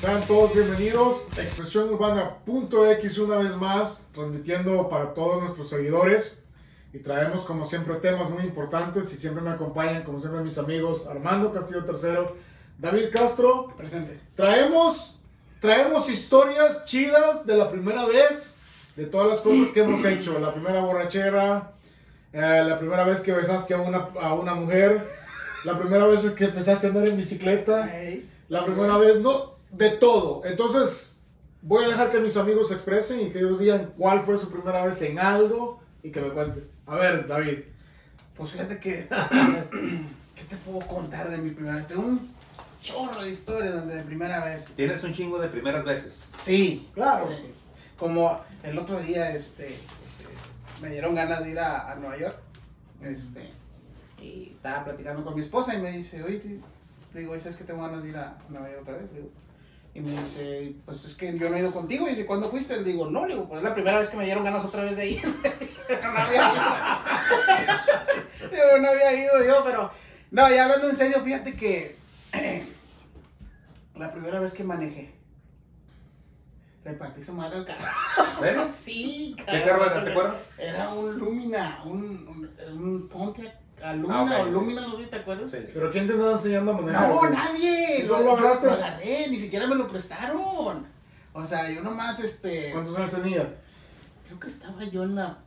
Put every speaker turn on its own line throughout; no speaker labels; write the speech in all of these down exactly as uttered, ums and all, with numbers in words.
Sean todos bienvenidos a expresión urbana punto x una vez más, transmitiendo para todos nuestros seguidores. Y traemos como siempre temas muy importantes y siempre me acompañan como siempre mis amigos Armando Castillo tercero, David Castro.
Presente.
Traemos, traemos historias chidas de la primera vez, de todas las cosas que hemos hecho. La primera borrachera, eh, la primera vez que besaste a una, a una mujer, la primera vez que empezaste a andar en bicicleta,
Hey.
la primera vez, no, de todo. Entonces voy a dejar que mis amigos se expresen y que ellos digan cuál fue su primera vez en algo y que me cuenten. A ver, David.
Pues fíjate que, ¿qué te puedo contar de mi primera vez? Tengo un chorro de historias de mi primera vez.
Tienes un chingo de primeras veces.
Sí,
Claro.
sí. Como el otro día, este, este, me dieron ganas de ir a, a Nueva York, este, y estaba platicando con mi esposa y me dice, oye, te, te digo, ¿sabes que tengo ganas de ir a Nueva York otra vez? Le digo, y me dice, pues es que yo no he ido contigo. Y dice, ¿cuándo fuiste? Le digo, no, le digo, pues es la primera vez que me dieron ganas otra vez de ir. Pero no había ido. Digo, no había ido yo, pero... No, ya hablando en serio, fíjate que... la primera vez que manejé, le partí su madre al carro.
¿Serio?
Sí,
¿Qué carro era? ¿Te acuerdas?
Era un Lumina, un, un, un Pontiac a Lumina,
Ah, okay.
o Lumina, no sé si te acuerdas.
Sí.
¿Pero quién te andaba enseñando a manejar?
No, nadie.
¿Y solo lo agarraste?
Lo agarré, ni siquiera me lo prestaron. O sea, yo nomás, este...
¿Cuántos años tenías?
Creo que estaba yo en la...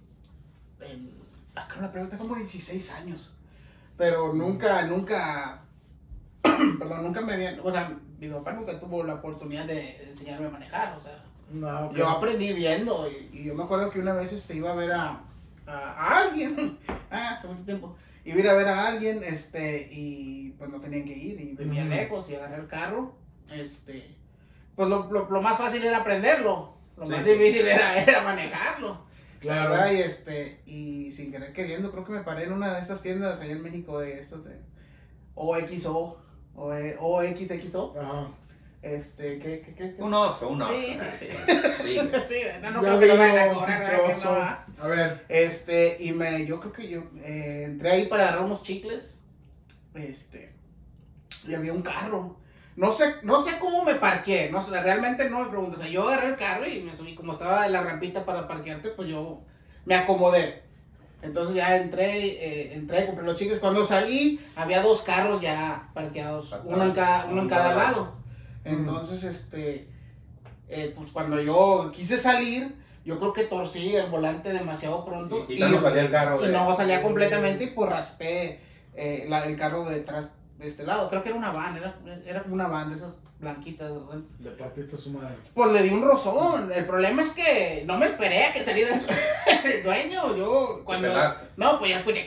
En, acá la pregunta, como dieciséis años. Pero nunca, nunca... perdón, nunca me había... O sea, mi papá nunca tuvo la oportunidad de enseñarme a manejar, o sea...
No, ok.
Yo aprendí viendo y, y yo me acuerdo que una vez este, iba a ver a, a, a alguien, ah, hace mucho tiempo, iba a ir a ver a alguien, este, y pues no tenían que ir, y vivía
Ujú.
lejos, y agarré el carro, este, pues lo, lo, lo más fácil era aprenderlo, lo
Sí,
más
sí.
difícil era, era manejarlo,
Claro.
¿verdad? Y este, y sin querer queriendo, creo que me paré en una de esas tiendas allá en México, de estas de O X O, o, eh, O X X O,
Ajá.
este, ¿qué, qué, qué? qué?
Un Oxxo, un Oxxo.
Sí,
Sí,
sí.
sí.
Sí, no, no
Ya
creo que lo
vino,
vayan a cobrar, ¿verdad? Que
pinche
no,
oso.
¿ah?
A ver.
Este, y me, yo creo que yo eh, entré ahí para agarrar unos chicles, este, y había un carro. No sé, no sé cómo me parqué, no sé, realmente no me pregunto. O sea, yo agarré el carro y me subí, como estaba en la rampita para parquearte, pues yo me acomodé. Entonces ya entré, eh, entré, compré los chicles. Cuando salí, había dos carros ya parqueados,
Atrás.
uno en cada, uno en cada
Cada lado.
lado. Entonces, este, eh, pues cuando yo quise salir, yo creo que torcí el volante demasiado pronto.
Y, y no salía el carro.
Y
de-
no salía completamente y pues raspé eh, la, el carro de detrás de este lado. Creo que era una van, era, era como una van de esas blanquitas, ¿verdad?
Le partiste a su madre.
Pues le di un rozón. El problema es que no me esperé a que saliera el, el dueño. Yo
Te
cuando...
pelaste.
No, pues ya escuché.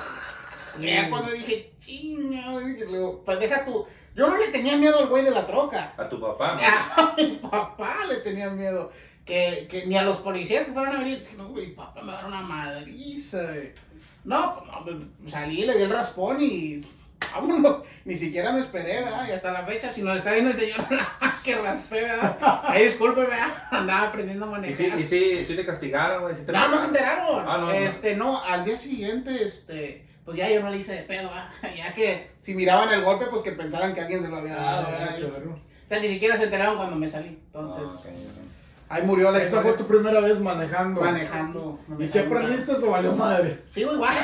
Y ya cuando dije, chinga, dije, luego, pues deja tu... Yo no le tenía miedo al güey de la troca.
A tu papá. ¿no?
A mi papá le tenía miedo. Que, que ni a los policías que fueron a venir. Dije, no, güey, papá me va a dar una madriza, güey. No, pues no, pues, salí, le di el raspón y vámonos. Ni siquiera me esperé, ¿verdad? Y hasta la fecha, si nos está viendo el señor, que raspé, ¿verdad? Ay, disculpe, ¿verdad? Andaba aprendiendo a
Y
manejar.
sí, y sí, sí te castigaron, güey. Sí te
No, no se
pegaron.
enteraron.
Ah, no, no.
este, no. al día siguiente, este, pues ya yo no le hice de pedo, ¿verdad? Ya que si miraban el golpe, pues que pensaran que alguien se lo había dado, ¿verdad?
Ah, claro.
O sea, ni siquiera se enteraron cuando me salí. Entonces,
Ah, ok, ok.
ahí murió la
Esa
historia.
fue tu primera vez manejando.
Manejando.
¿Y si aprendiste o valió madre?
Sí, igual.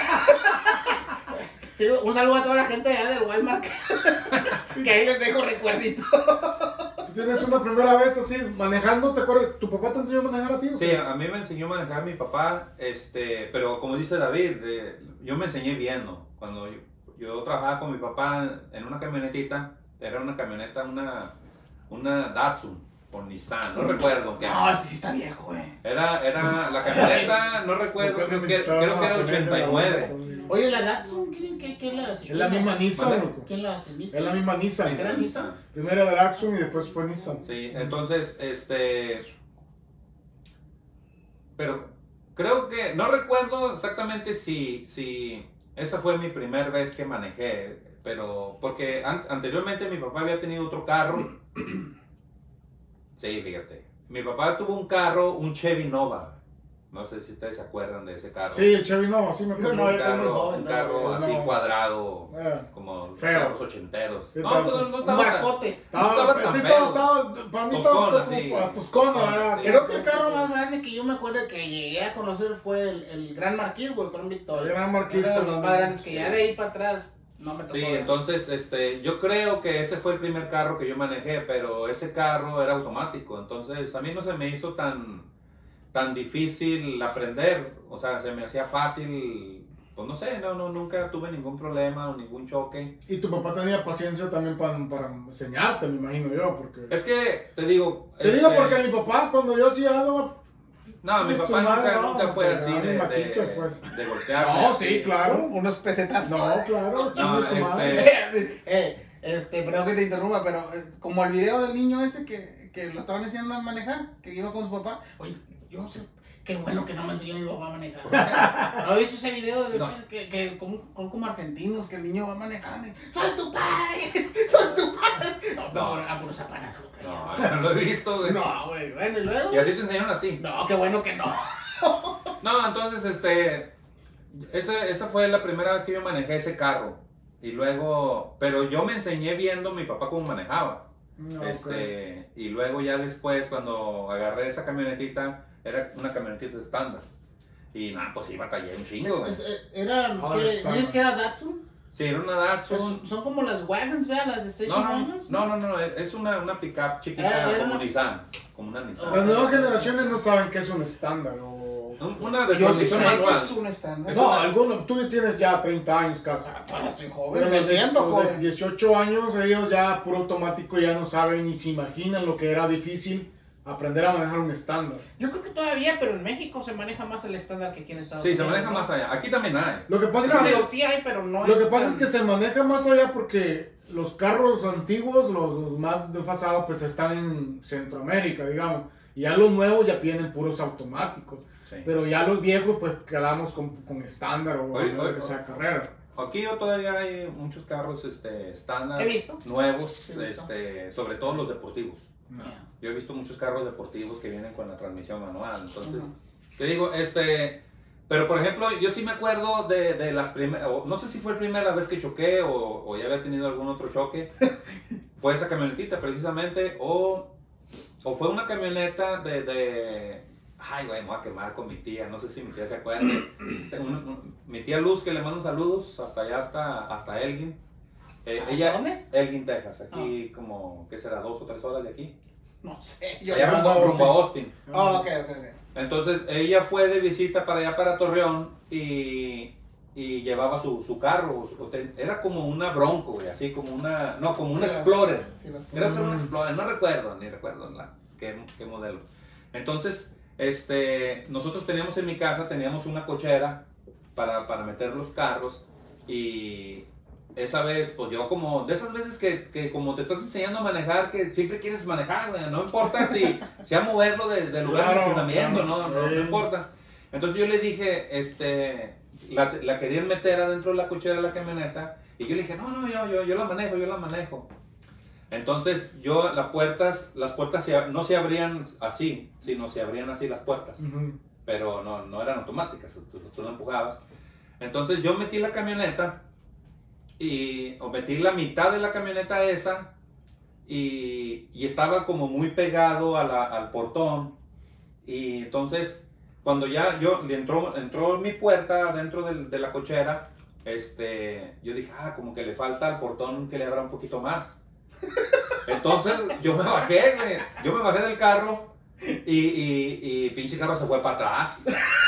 Sí, un saludo a toda la gente allá del Walmart. Que ahí les dejo recuerdito.
¿Tú tienes una primera vez así manejando? ¿Te acuerdas? ¿Tu papá te enseñó a manejar a ti? o
Sí,
qué?
a mí me enseñó a manejar mi papá, este, pero como dice David, eh, yo me enseñé viendo. Cuando yo, yo trabajaba con mi papá en una camionetita, era una camioneta, una, una Datsun o Nissan, no recuerdo qué.
No, este sí está viejo, güey.
Era, era la camioneta, no recuerdo, creo que, creo que era ochenta y nueve.
Oye, la Datsun, ¿quién, qué, qué la hace?
Es la misma Nissan,
¿Vale?
loco.
¿Quién la hace?
Es la misma Nissan.
¿Era Nissan?
Primero era Datsun y después fue Nissan.
Sí, entonces, este, pero creo que, no recuerdo exactamente si, si esa fue mi primera vez que manejé, pero porque an- anteriormente mi papá había tenido otro carro. Sí, fíjate. Mi papá tuvo un carro, un Chevy Nova. No sé si ustedes se acuerdan de ese carro.
Sí, el Chevy no, sí me acuerdo.
No,
un
yo estoy muy
carro,
joven,
un carro
no,
así
no.
cuadrado,
Eh,
como los
feo.
carros ochenteros.
¿Qué
No,
tal?
pues no, no
Un
estaba tan-
barcote.
Estaba,
estaba tan
sí,
feo.
estaba, estaba, para mí
Toscona,
estaba
sí.
como a Toscona, ¿verdad?
Sí.
Creo que el carro más grande que yo me acuerdo que llegué a conocer fue el, el Gran Marquis, güey, el Gran Victoria.
El Gran Marquis.
Era de los más grandes que ya de ahí para atrás no me tocó.
Sí,
ver.
entonces este, yo creo que ese fue el primer carro que yo manejé, pero ese carro era automático, entonces a mí no se me hizo tan, tan difícil aprender, o sea, se me hacía fácil, pues no sé, no, no, nunca tuve ningún problema o ningún choque.
Y tu papá tenía paciencia también para, para enseñarte, me imagino yo, porque...
Es que, te digo...
Te digo
este,
porque mi papá, cuando yo hacía algo...
No, mi
su
papá
madre,
nunca,
no,
nunca fue
pero
así
a mí
de,
machichas,
de,
pues.
de golpearme.
No, sí, claro.
Unos pesetas.
No, claro, chingue
No,
su
este-
madre.
eh, este, perdón que te interrumpa, pero eh, como el video del niño ese que, que lo estaban enseñando a manejar, que iba con su papá. Oye, yo no sé, qué bueno que no me enseñó mi papá a manejar. ¿No has visto ese video de
No.
que, que como, como, como argentinos, que el niño va manejando y, ¡soy tu padre! ¡Soy tu padre! No,
No.
no, a puros zapanazo lo traía.
No, no lo he visto, güey.
No, güey, bueno, y luego.
Y así te enseñaron a ti.
No, qué bueno que no.
No, entonces, este, esa, esa fue la primera vez que yo manejé ese carro. Y luego, pero yo me enseñé viendo a mi papá cómo manejaba.
No,
Este, y luego ya después, cuando agarré esa camionetita, era una camionetita estándar. Y nada, pues sí, batallé un chingo.
Es- es- Eran,
Ah,
¿qué?
está.
¿Dices que era Datsun?
Sí, era una Datsun.
Son, son como las wagons, ¿verdad? Las de station
No, no,
wagons.
no, no, no, es una, una pickup chiquita
Era- era
como
una-
Nissan. Como una Nissan.
Las nuevas generaciones no saben qué es un estándar o...
Un- Una de
Yo sí
transmisión
sé que
manual.
es un estándar.
Es
No,
una-
algunos, tú tienes ya treinta años casi.
Ah, todavía estoy joven,
Pero
me
los de,
siento
los de
joven.
dieciocho años, ellos ya puro automático ya no saben ni se imaginan lo que era difícil aprender a manejar un estándar.
Yo creo que todavía, pero en México se maneja más el estándar que aquí en Estados
Sí, se
Unidos.
maneja
¿no?
más allá. Aquí también hay.
Lo que pasa,
No,
es,
digo,
que,
sí hay, pero no
lo
es
que, pasa
tan-
es que se maneja más allá porque los carros antiguos, los, los más desfasados, pues están en Centroamérica, digamos. Y ya los nuevos ya vienen puros automáticos.
Sí.
Pero ya los viejos, pues quedamos con, con estándar o
Oye,
a menos
oye,
que sea carrera.
Aquí yo todavía hay muchos carros este, estándar,
He visto.
nuevos,
He visto.
este, sobre todo los deportivos.
No.
Yeah.
Yo he visto muchos carros deportivos que vienen con la transmisión manual. Entonces,
Ujú.
te digo, este, pero por ejemplo, yo sí me acuerdo de, de las primeras, no sé si fue la primera vez que choqué o, o ya había tenido algún otro choque. Fue esa camionetita precisamente, o, o fue una camioneta de, de, ay güey, me voy a quemar con mi tía, no sé si mi tía se acuerda. Tengo un- un- mi tía Luz, que le mando saludos, hasta allá, hasta, hasta Elgin. Eh,
¿Hasta
ella,
dónde?
Elgin, Texas, aquí como, ¿qué será? Dos o tres horas de aquí.
No sé. Yo
Allá
no-
rumbo, rumbo a Austin.
Oh, ok, ok, ok.
Entonces ella fue de visita para allá, para Torreón, y, y llevaba su, su carro. su- era como una Bronco, güey, así como una, no, como una
Sí, la-
Explorer.
sí, las-
Creo que era un
Mm.
Explorer, no recuerdo, ni recuerdo la, qué, qué modelo. Entonces, este, nosotros teníamos en mi casa, teníamos una cochera para, para meter los carros, y esa vez, pues yo como, de esas veces que, que como te estás enseñando a manejar, que siempre quieres manejar, güey, no importa si, si a moverlo de, de lugar de
Claro,
estacionamiento,
claro.
no, no, no
Sí.
importa. Entonces yo le dije, este, la, la querían meter adentro de la cochera de la camioneta, y yo le dije, no, no, yo, yo, yo la manejo, yo la manejo. Entonces yo, las puertas, las puertas se- no se abrían así, sino se abrían así las puertas,
Ujú.
pero no, no eran automáticas, tú, tú la empujabas. Entonces yo metí la camioneta, y, o metí la mitad de la camioneta esa, y, y estaba como muy pegado a la- al portón, y entonces cuando ya yo le entró, entró mi puerta dentro del- de la cochera, este, yo dije, ah, como que le falta al portón que le abra un poquito más. Entonces yo me bajé, güey, yo me bajé del carro y, y, y pinche carro se fue para atrás.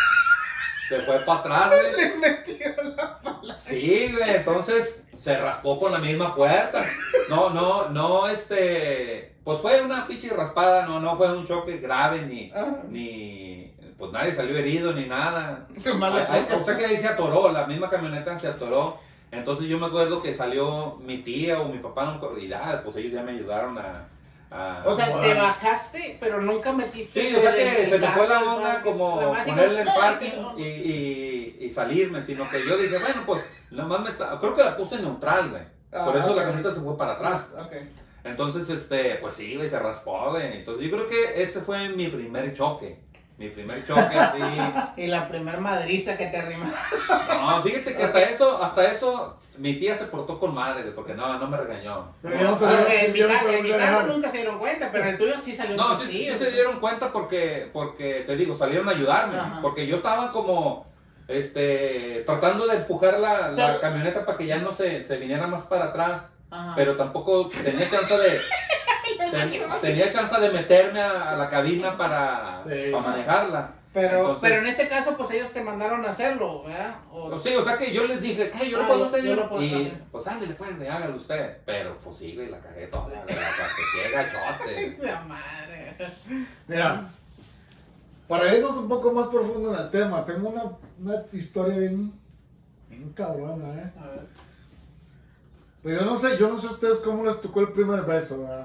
Se fue para atrás, güey.
Le metió la pala.
Sí, güey, entonces se raspó con la misma puerta. No, no, no, este, pues fue una pinche raspada, no, no fue un choque grave, ni,
Ah.
ni, pues nadie salió herido, ni nada.
Qué mala
Ay, ay,
coca.
o sea que ahí se atoró, la misma camioneta se atoró. Entonces yo me acuerdo que salió mi tía o mi papá, no me acuerdo, y ya, pues ellos ya me ayudaron a... a-
O sea,
Bueno.
te bajaste, pero nunca metiste.
Sí, o sea
el-
que
el
se me fue la
carro,
onda
el
como
parque, la
ponerle en
básica,
parking
ay,
y, y, y salirme, sino que yo dije, bueno, pues, nada más me sa- creo que la puse en neutral, güey.
Ah,
Por eso
ok.
la camioneta se fue para atrás.
Ok.
Entonces, este, pues sí, güey, se raspó, güey. Entonces yo creo que ese fue mi primer choque. Mi primer choque, así.
Y la primer madriza que te arrima.
No, fíjate que hasta eso, hasta eso, mi tía se portó con madre, güey, porque no, no me regañó.
Pero yo no te
Porque
voy a-
en mi,
yo no
ca-
te
en mi
voy a
caso
dejar.
nunca se dieron cuenta, pero el tuyo sí salió
No,
un
sí,
poquillo,
sí se
güey.
dieron cuenta porque, porque, te digo, salieron a ayudarme.
Ajá.
Porque yo estaba como, este, tratando de empujar la, la
Pero-
camioneta para que ya no se, se viniera más para atrás.
Ajá.
Pero tampoco tenía chance de, ten- tenía chance de meterme a, a la cabina para,
Sí.
para manejarla.
Pero,
Entonces-
pero en este caso, pues ellos te mandaron a hacerlo, ¿verdad? O-
Sí, o sea que yo les dije, ¿qué? Yo lo
Ah,
puedo
yo-
hacer.
yo lo puedo
y
hacer.
pues ándale, pues, hágalo usted. Pero pues sí, güey, la cagué toda. La que gachote.
La madre.
Mira, para irnos un poco más profundo en el tema, tengo una, una historia bien, bien cabrona, ¿eh?
A ver.
Pero yo no sé, yo no sé a ustedes cómo les tocó el primer beso, ¿verdad?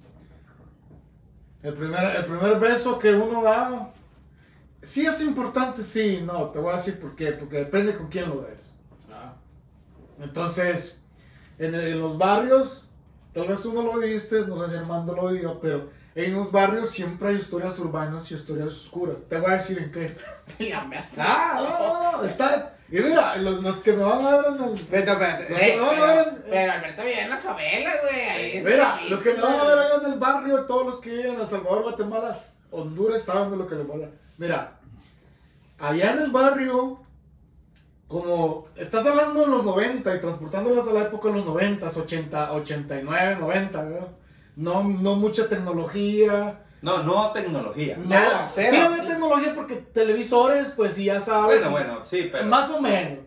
El primer, el primer beso que uno da, sí es importante, sí, no, te voy a decir por qué, porque depende con quién lo des. ¿verdad? Entonces, en, el- en los barrios, tal vez tú no lo viste, no sé si Armando lo vio, pero en los barrios siempre hay historias urbanas y historias oscuras. Te voy a decir en qué.
Ya me asustó.
Ah, no, no, no, está. Y mira, los, los que me van a ver en el.
Beto, espérate.
Los que
Eh,
me van a
pero,
ver en-
pero Alberto vive en las favelas, güey. Ahí es
Mira,
difícil,
los que me van a
güey.
ver allá en el barrio, todos los que viven en El Salvador, Guatemala, Honduras, saben de lo que les voy a hablar. Mira, allá en el barrio, como estás hablando de los noventa y transportándolas a la época de los noventa, ochenta, ochenta y nueve, noventa, ¿verdad? No, no mucha tecnología.
No, no tecnología.
Nada,
no,
cero.
sí había tecnología porque televisores, pues sí, ya sabes.
Bueno, bueno, sí, pero.
Más o menos.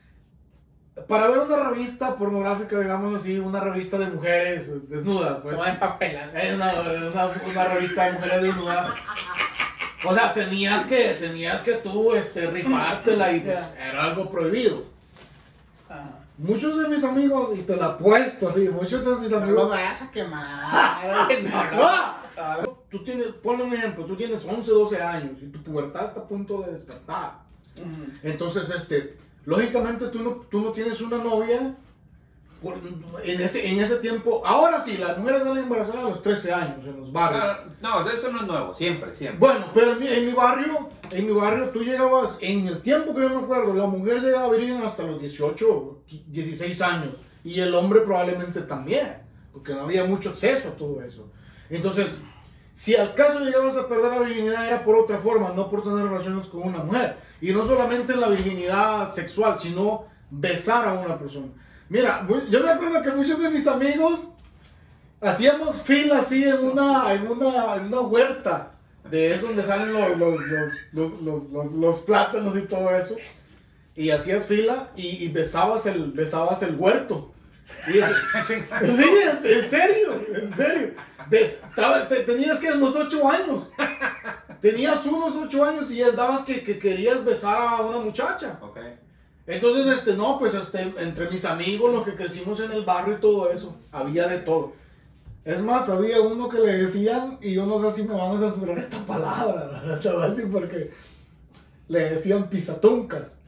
Para ver una revista pornográfica, digamos así, una revista de mujeres desnudas,
Te
pues.
voy a empapelar.
Es una, una, una revista de mujeres desnudas. O sea, tenías que, tenías que tú este, rifártela y pues, era algo prohibido.
Ajá.
Muchos de mis amigos, y te la apuesto así, muchos de mis
No lo
amigos.
vas a quemar. güey, no, no.
¡Ah! Tú tienes, ponle un ejemplo, tú tienes once, doce años y tu pubertad está a punto de despertar.
Ujú.
Entonces, este, lógicamente tú no, tú no tienes una novia por- en, ese, en ese tiempo. Ahora sí, las mujeres salen embarazadas a los trece años en los barrios.
Ah, no, eso no es nuevo, siempre, siempre.
Bueno, pero en mi, en mi barrio, en mi barrio tú llegabas, en el tiempo que yo me acuerdo, la mujer llegaba a virgen hasta los dieciocho, dieciséis años. Y el hombre probablemente también, porque no había mucho acceso a todo eso. Entonces, si al caso llegabas a perder la virginidad era por otra forma, no por tener relaciones con una mujer. Y no solamente la virginidad sexual, sino besar a una persona. Mira, mu- yo me acuerdo que muchos de mis amigos hacíamos fila así en una, en una, en una huerta. De es donde salen los, los, los, los, los, los- los plátanos y todo eso. Y hacías fila y, y besabas, el, besabas el huerto. Y eso- sí, en, en serio, en serio. Bes- estaba- te- tenías que unos ocho años. Tenías unos ocho años y ya dabas que, que querías besar a una muchacha.
Ok.
Entonces, este, no, pues este, entre mis amigos, los que crecimos en el barrio y todo eso, había de todo. Es más, había uno que le decían, y yo no sé si me van a censurar esta palabra, ¿verdad? Te voy a decir porque le decían pisatuncas.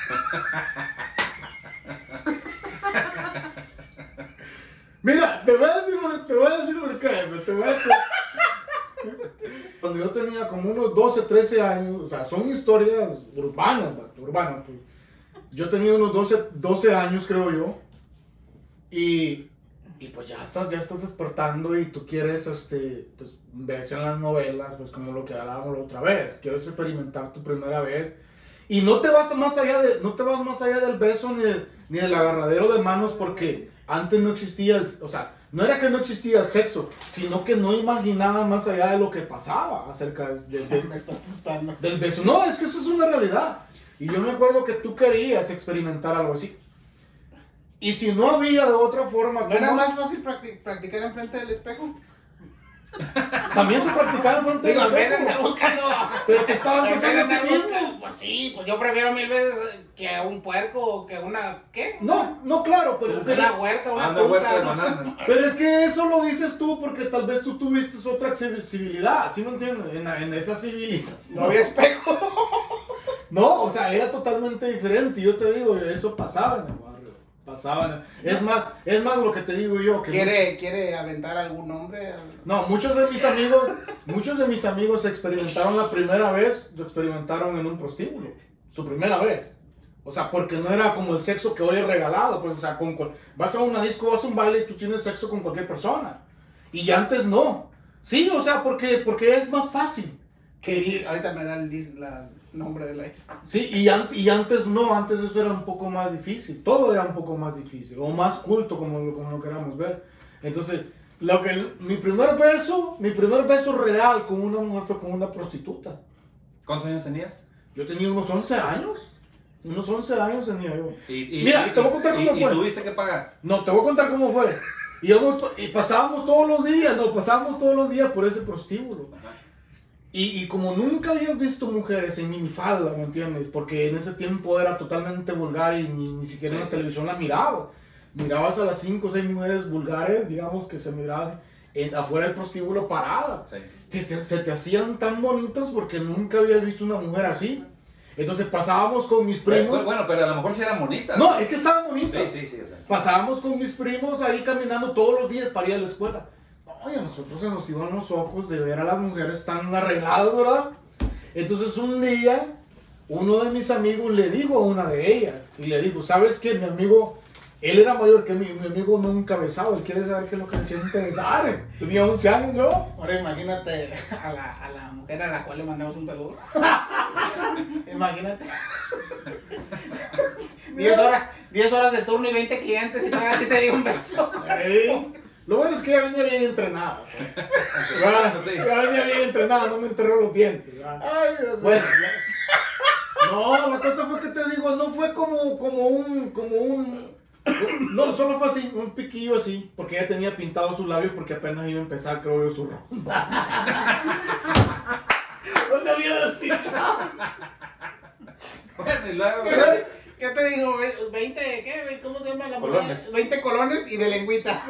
Mira, te voy a decir por, te voy a decir por qué, te voy a decir. Cuando yo tenía como unos doce, trece años, o sea, son historias urbanas, vato, urbanas, pues. Yo tenía unos doce, doce años, creo yo, y, y pues ya estás, ya estás despertando y tú quieres, este, pues, ves en las novelas, pues como lo que hablábamos la otra vez, quieres experimentar tu primera vez, y no te vas más allá, de, no te vas más allá del beso ni, del- ni del agarradero de manos, porque antes no existía, el- o sea, no era que no existía el sexo, sino que no imaginaba más allá de lo que pasaba acerca de, de- de-
Me está asustando.
del beso. No, es que eso es una realidad. Y yo me acuerdo que tú querías experimentar algo así. Y si no había de otra forma,
¿No era
¿cómo?
más fácil practi- practicar enfrente del espejo?
También se practicaba en frente
Digo,
del
en vez de
espejo.
andar buscando.
Pero que estabas
En vez de
besando a
andar
ti mismo.
buscando. Pues sí, pues yo prefiero mil veces que un puerco o que una. ¿Qué?
No, no, claro, pero, pero,
Una huerta, una
Anda huerta de
tunca.
banana.
pero es que eso lo dices tú porque tal vez tú tuviste otra civilidad, ¿sí me entiendes? En, en esa civilización.
No había espejo.
No, o sea, era totalmente diferente. Yo te digo, eso pasaba en el barrio. Pasaban. Es más, es más lo que te digo yo. Que
¿Quiere, ¿Quiere aventar algún nombre?
no, muchos de mis amigos, muchos de mis amigos experimentaron la primera vez, lo experimentaron en un prostíbulo. Su primera vez. O sea, porque no era como el sexo que hoy es regalado. Pues, o sea, con, con, vas a una disco, vas a un baile y tú tienes sexo con cualquier persona. Y antes no. Sí, o sea, porque, porque es más fácil.
Que ahorita me da el dis- la nombre de la disco.
Sí, y, an- y antes no, antes eso era un poco más difícil. Todo era un poco más difícil. O más culto, como lo, como lo queramos ver. Entonces, lo que, mi primer beso, mi primer beso real con una mujer fue con una prostituta.
¿Cuántos años tenías?
Yo tenía unos once años. Unos once años tenía yo.
Y, y,
Mira,
y,
te voy a contar
y-
cómo
y
fue.
tuviste que pagar.
No, te voy a contar cómo fue. Íbamos, y pasábamos todos los días, no, pasábamos todos los días por ese prostíbulo.
Ajá.
Y, y como nunca habías visto mujeres en minifalda, ¿me entiendes? Porque en ese tiempo era totalmente vulgar y ni, ni siquiera en
Sí,
la
sí.
televisión la mirabas. Mirabas a las cinco o seis mujeres vulgares, digamos, que se miraban en, afuera del prostíbulo paradas.
Sí.
Se te, se te hacían tan bonitos porque nunca habías visto una mujer así. Entonces pasábamos con mis primos.
Bueno, bueno, pero a lo mejor sí eran bonitas.
No, es que estaban bonitas.
Sí, sí, sí. O sea.
Pasábamos con mis primos ahí caminando todos los días para ir a la escuela. Oye, a nosotros se nos iban los ojos de ver a las mujeres tan arregladas, ¿verdad? Entonces un día, uno de mis amigos le dijo a una de ellas, y le dijo, ¿sabes qué? Mi amigo, él era mayor que mí, mi amigo nunca besaba, él quiere saber qué es lo que se siente besar. Tenía once años yo.
Ahora imagínate a la, a la mujer a la cual le mandamos un saludo. Imagínate. diez horas, diez horas de turno y veinte clientes y todavía así se dio un beso.
Ey, lo bueno es que ya venía bien entrenada.
Sí,
¿verdad?
sí.
Ya venía bien entrenada, no me enterró los dientes. ¿verdad?
Ay, Dios mío.
Bueno, ya. No, la cosa fue que te digo, no fue como, como un, como un, no, solo fue así, un piquillo así, porque ella tenía pintado sus labios porque apenas iba a empezar, creo yo, su ronda. No se había despintado.
Bueno, y luego.
¿Qué, qué te digo? veinte, ¿qué? ¿Cómo se llama la moneda?
Colones.
veinte colones y de lengüita.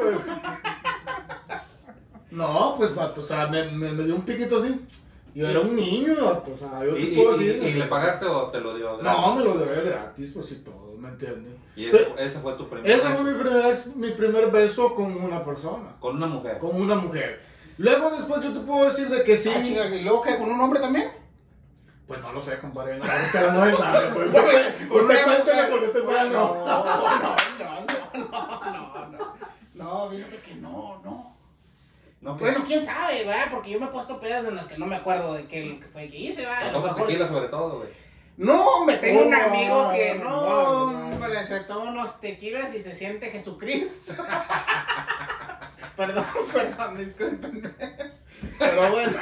No, pues, vato, o sea, me, me, me dio un piquito así. Yo era un niño, vato, o sea, yo
¿Y,
te
y,
puedo
y-
decir.
y le pagaste o te lo dio gratis?
No, me lo debe gratis, pues y todo, ¿me entiendes?
Y ese, ese fue tu primer
Ese
beso.
fue mi primer, mi primer beso con una persona,
Con una mujer.
con una mujer. Luego después yo te puedo decir de que sí.
Ah, chica, ¿y luego qué? ¿Con un hombre también?
Pues no lo sé, compadre, no, usted no sabe, pues.
Con
Usted
una
cuéntele
mujer.
porque usted sabe,
No,
no.
no, no, no, no, no. No, fíjate que no, no.
¿No? ¿Qué?
Bueno, quién sabe, ¿verdad? Porque yo me he puesto pedas en las que no me acuerdo de qué lo que fue que hice, ¿verdad? A lo
Tomas
mejor-
tequila sobre todo, güey.
No, hombre, tengo un
Oh,
amigo que no,
no, no.
hombre, se toma unos tequilas y se siente Jesucristo. Perdón, perdón, discúlpenme. Pero bueno.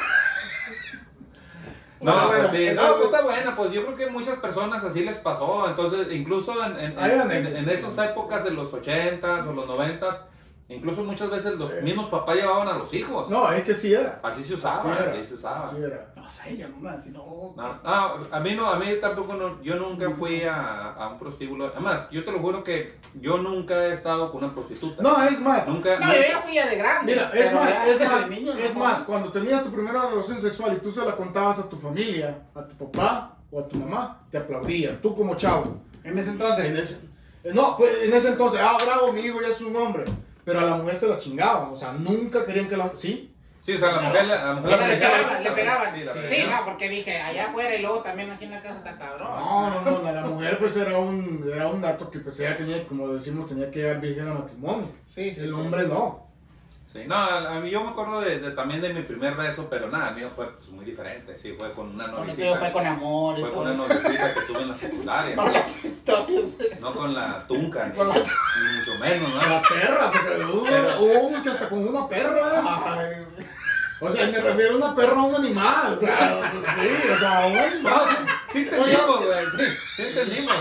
No,
Bueno,
pues
bueno,
sí, no,
entonces-
pues está buena, pues yo creo que muchas personas así les pasó, entonces incluso en, en,
Hay
en,
anécdotas.
en esas épocas de los ochentas o los noventas, incluso muchas veces los mismos papás llevaban a los hijos,
No, es que sí era.
así se
Así
usaba,
era.
así se usaba.
Así era.
No sé, yo no, así no.
No, no, a mí no, a mí tampoco, no, yo nunca fui a, a un prostíbulo, además, yo te lo juro que yo nunca he estado con una prostituta.
No, es más.
Nunca,
No,
nunca-
yo ya fui ya de grande.
Mira, es
pero
más,
ya
es
de
más,
niño,
es
no.
más, cuando tenías tu primera relación sexual y tú se la contabas a tu familia, a tu papá o a tu mamá, te aplaudían, tú como chavo.
En ese
En
entonces.
ese- eh, no, pues en ese entonces, ah, bravo, mi hijo ya es un hombre. Pero a la mujer se la chingaban, o sea, nunca querían que la... ¿Sí?
sí, o sea, la mujer, la, la mujer
Le
la
pegaban,
besaba.
le pegaban.
Sí, la
Sí,
pegaban.
no, porque dije, allá afuera y luego también aquí en la casa está cabrón.
No, no, no, la, la mujer pues era un, era un dato que pues ella tenía, como decimos, tenía que dar virgen al matrimonio.
Sí, sí,
El
sí.
hombre no.
Sí, no, a a mí yo me acuerdo de, de- también de mi primer beso, pero nada, el mío fue pues, muy diferente, sí, fue con una
Con el
novicita.
tío fue con amor y
Fue con
todo
una
eso.
novicita que tuve en la secundaria,
No, las historias.
no con la tunca, ni,
Con la-
ni mucho menos, ¿no?
La perra, porque hubo,
Pero-
hubo unos que hasta con una perra.
Ay,
O sea, me refiero a una perra a un animal. O sea, pues, sí, o sea, un
No,
animal.
sí, sí entendimos, güey, sí, sí entendimos.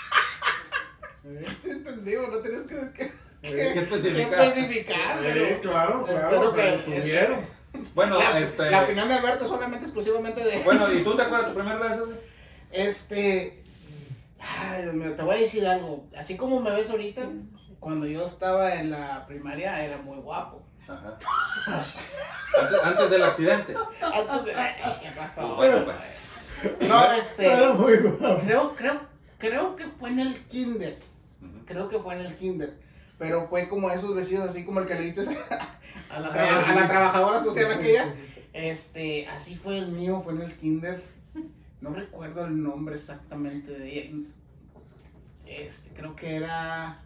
sí entendí, no tienes que, que,
Hay que especificar.
que especificar,
Sí,
pero
claro, claro.
espero
o sea,
que-
lo tuvieron.
Bueno,
la,
este,
la opinión de Alberto es solamente exclusivamente de...
bueno, ¿y tú te acuerdas de tu primer beso, güey?
Este... Ay, Dios mío, te voy a decir algo. Así como me ves ahorita, cuando yo estaba en la primaria era muy guapo.
Ajá. Antes, antes del accidente.
Antes de... Ay, ¿qué pasó?
Bueno, pues.
No, este...
Era muy guapo.
Creo, creo, creo que fue en el kinder.
Ujú.
Creo que fue en el kinder. Pero fue como esos vestidos, así como el que le diste
A la,
a, a la trabajadora social aquella.
Sí, sí, sí.
Este, así fue el mío, fue en el kinder. No recuerdo el nombre exactamente de ella. Este, creo que era...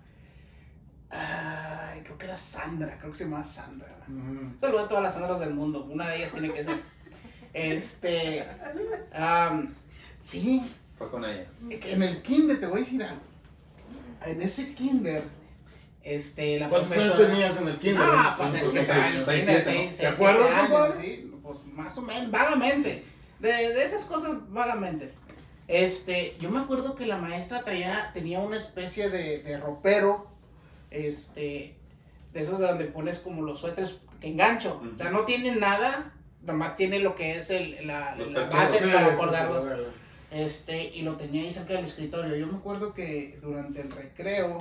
Ay, creo que era Sandra, creo que se llamaba Sandra.
Ujú.
Saludos a todas las Sandras del mundo, una de ellas tiene que ser. Este, um, sí,
Fue con ella.
en el kinder, te voy a decir algo. En ese kinder, este, la
¿Cuántos años
profesora...
tenías en el kinder?
Ah, pues
Cinco,
es que
seis,
estaba en
seis,
el
seis,
kinder,
siete, ¿no?
seis,
¿Te
seis,
acuerdas,
siete años,
compadre?
sí, pues más o menos, vagamente. De, de esas cosas, vagamente. Este, yo me acuerdo que la maestra traía, tenía una especie de, de ropero, este, de esos de donde pones como los suéteres que engancho.
Uh-huh.
O sea, no tiene nada, nomás tiene lo que es el, la,
Los
la
pechos.
base
Sí,
para
sí,
colgarlo.
sí, sí.
Este, y lo tenía ahí cerca del escritorio. Yo me acuerdo que durante el recreo,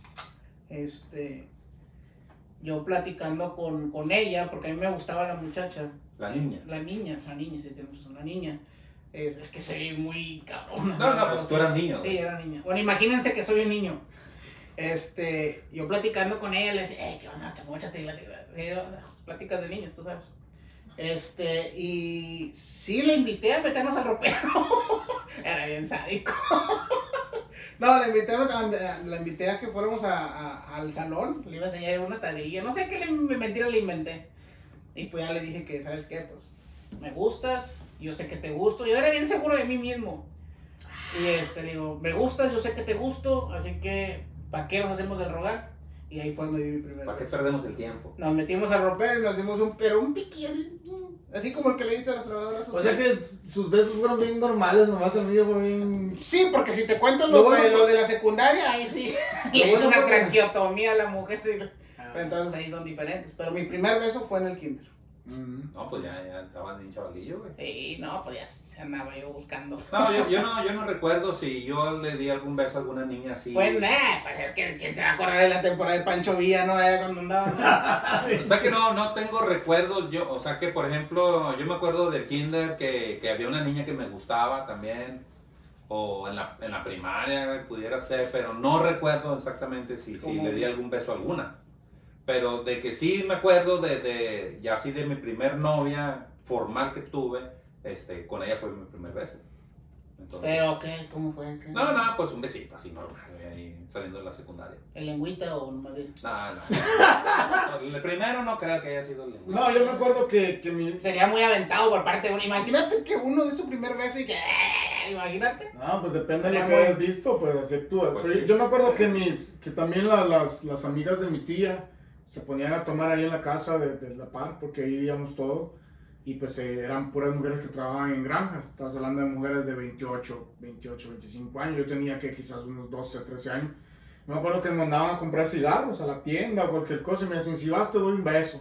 este, yo platicando con, con ella, porque a mí me gustaba la muchacha,
La niña.
la niña, la niña, sí, tienes razón, la niña. Es, es que se ve muy cabrón.
No, no, pues tú eras niño.
Sí, era niña. Bueno, imagínense que soy un niño. Este, yo platicando con ella, le decía, hey, ¿qué onda, chamóchate? Y la, la, pláticas de niños, tú sabes. Este, y sí le invité a meternos al ropero. Era bien sádico. No, la invité a, la invité a que fuéramos a, a, al salón. Le iba a enseñar una tarea. No sé qué le, mentira le inventé. Y pues ya le dije que, ¿sabes qué? Pues, me gustas, yo sé que te gusto. Yo era bien seguro de mí mismo. Y este, le digo, me gustas, yo sé que te gusto, así que, ¿para qué nos hacemos el rogar? Y ahí fue donde di mi primer
¿Para qué
beso.
perdemos el tiempo?
Nos metimos al ropero y nos dimos un, pero un piquillo, así como el que le diste a las trabajadoras
O sea
sociales.
que sus besos fueron bien normales, nomás el mío fue bien...
Sí, porque si te cuento
Lo
los,
bueno
de,
fue-
los de la secundaria, ahí sí,
Lo
le hizo
bueno
una
fue que-
traqueotomía a la mujer.
Ah.
Entonces ahí son diferentes. Pero mi primer beso fue en el kinder.
Ujú.
No, pues ya, ya estaba bien chavalillo, güey.
Y no, pues ya andaba yo buscando.
No, yo, yo no, yo no recuerdo si yo le di algún beso a alguna niña así.
Pues nada, pues es que quién se va a acordar de la temporada de Pancho Villa, ¿no? Allá cuando andaba.
O sea que no, no tengo recuerdos, yo, o sea que por ejemplo, yo me acuerdo del kinder que, que había una niña que me gustaba también, o en la, en la primaria güey, pudiera ser, pero no recuerdo exactamente si, si
¿Cómo?
le di algún beso a alguna. Pero de que sí me acuerdo de, de ya así de mi primer novia formal que tuve, este, con ella fue mi primer beso. Entonces,
Pero, ¿qué? ¿Cómo fue? ¿Qué?
no, no, pues un besito así normal, güey, ahí saliendo de la secundaria.
¿El lengüita o nomás de...?
No, no. El primero no creo que haya sido el lenguaje.
No, yo me acuerdo que, que mi...
Sería muy aventado por parte de uno. Imagínate que uno de su primer beso y que... Imagínate.
No, pues depende de lo
Sería
que
muy-
hayas visto, pues así actúa.
Pues
Pero
sí.
yo me acuerdo que mis, que también la- las, las amigas de mi tía se ponían a tomar ahí en la casa de, de la par, porque ahí vivíamos todos. Y pues eh, eran puras mujeres que trabajaban en granjas. Estás hablando de mujeres de veintiocho, veintiocho, veinticinco años. Yo tenía que quizás unos doce, trece años. Me acuerdo que me mandaban a comprar cigarros a la tienda o cualquier cosa y me decían, si vas te doy un beso.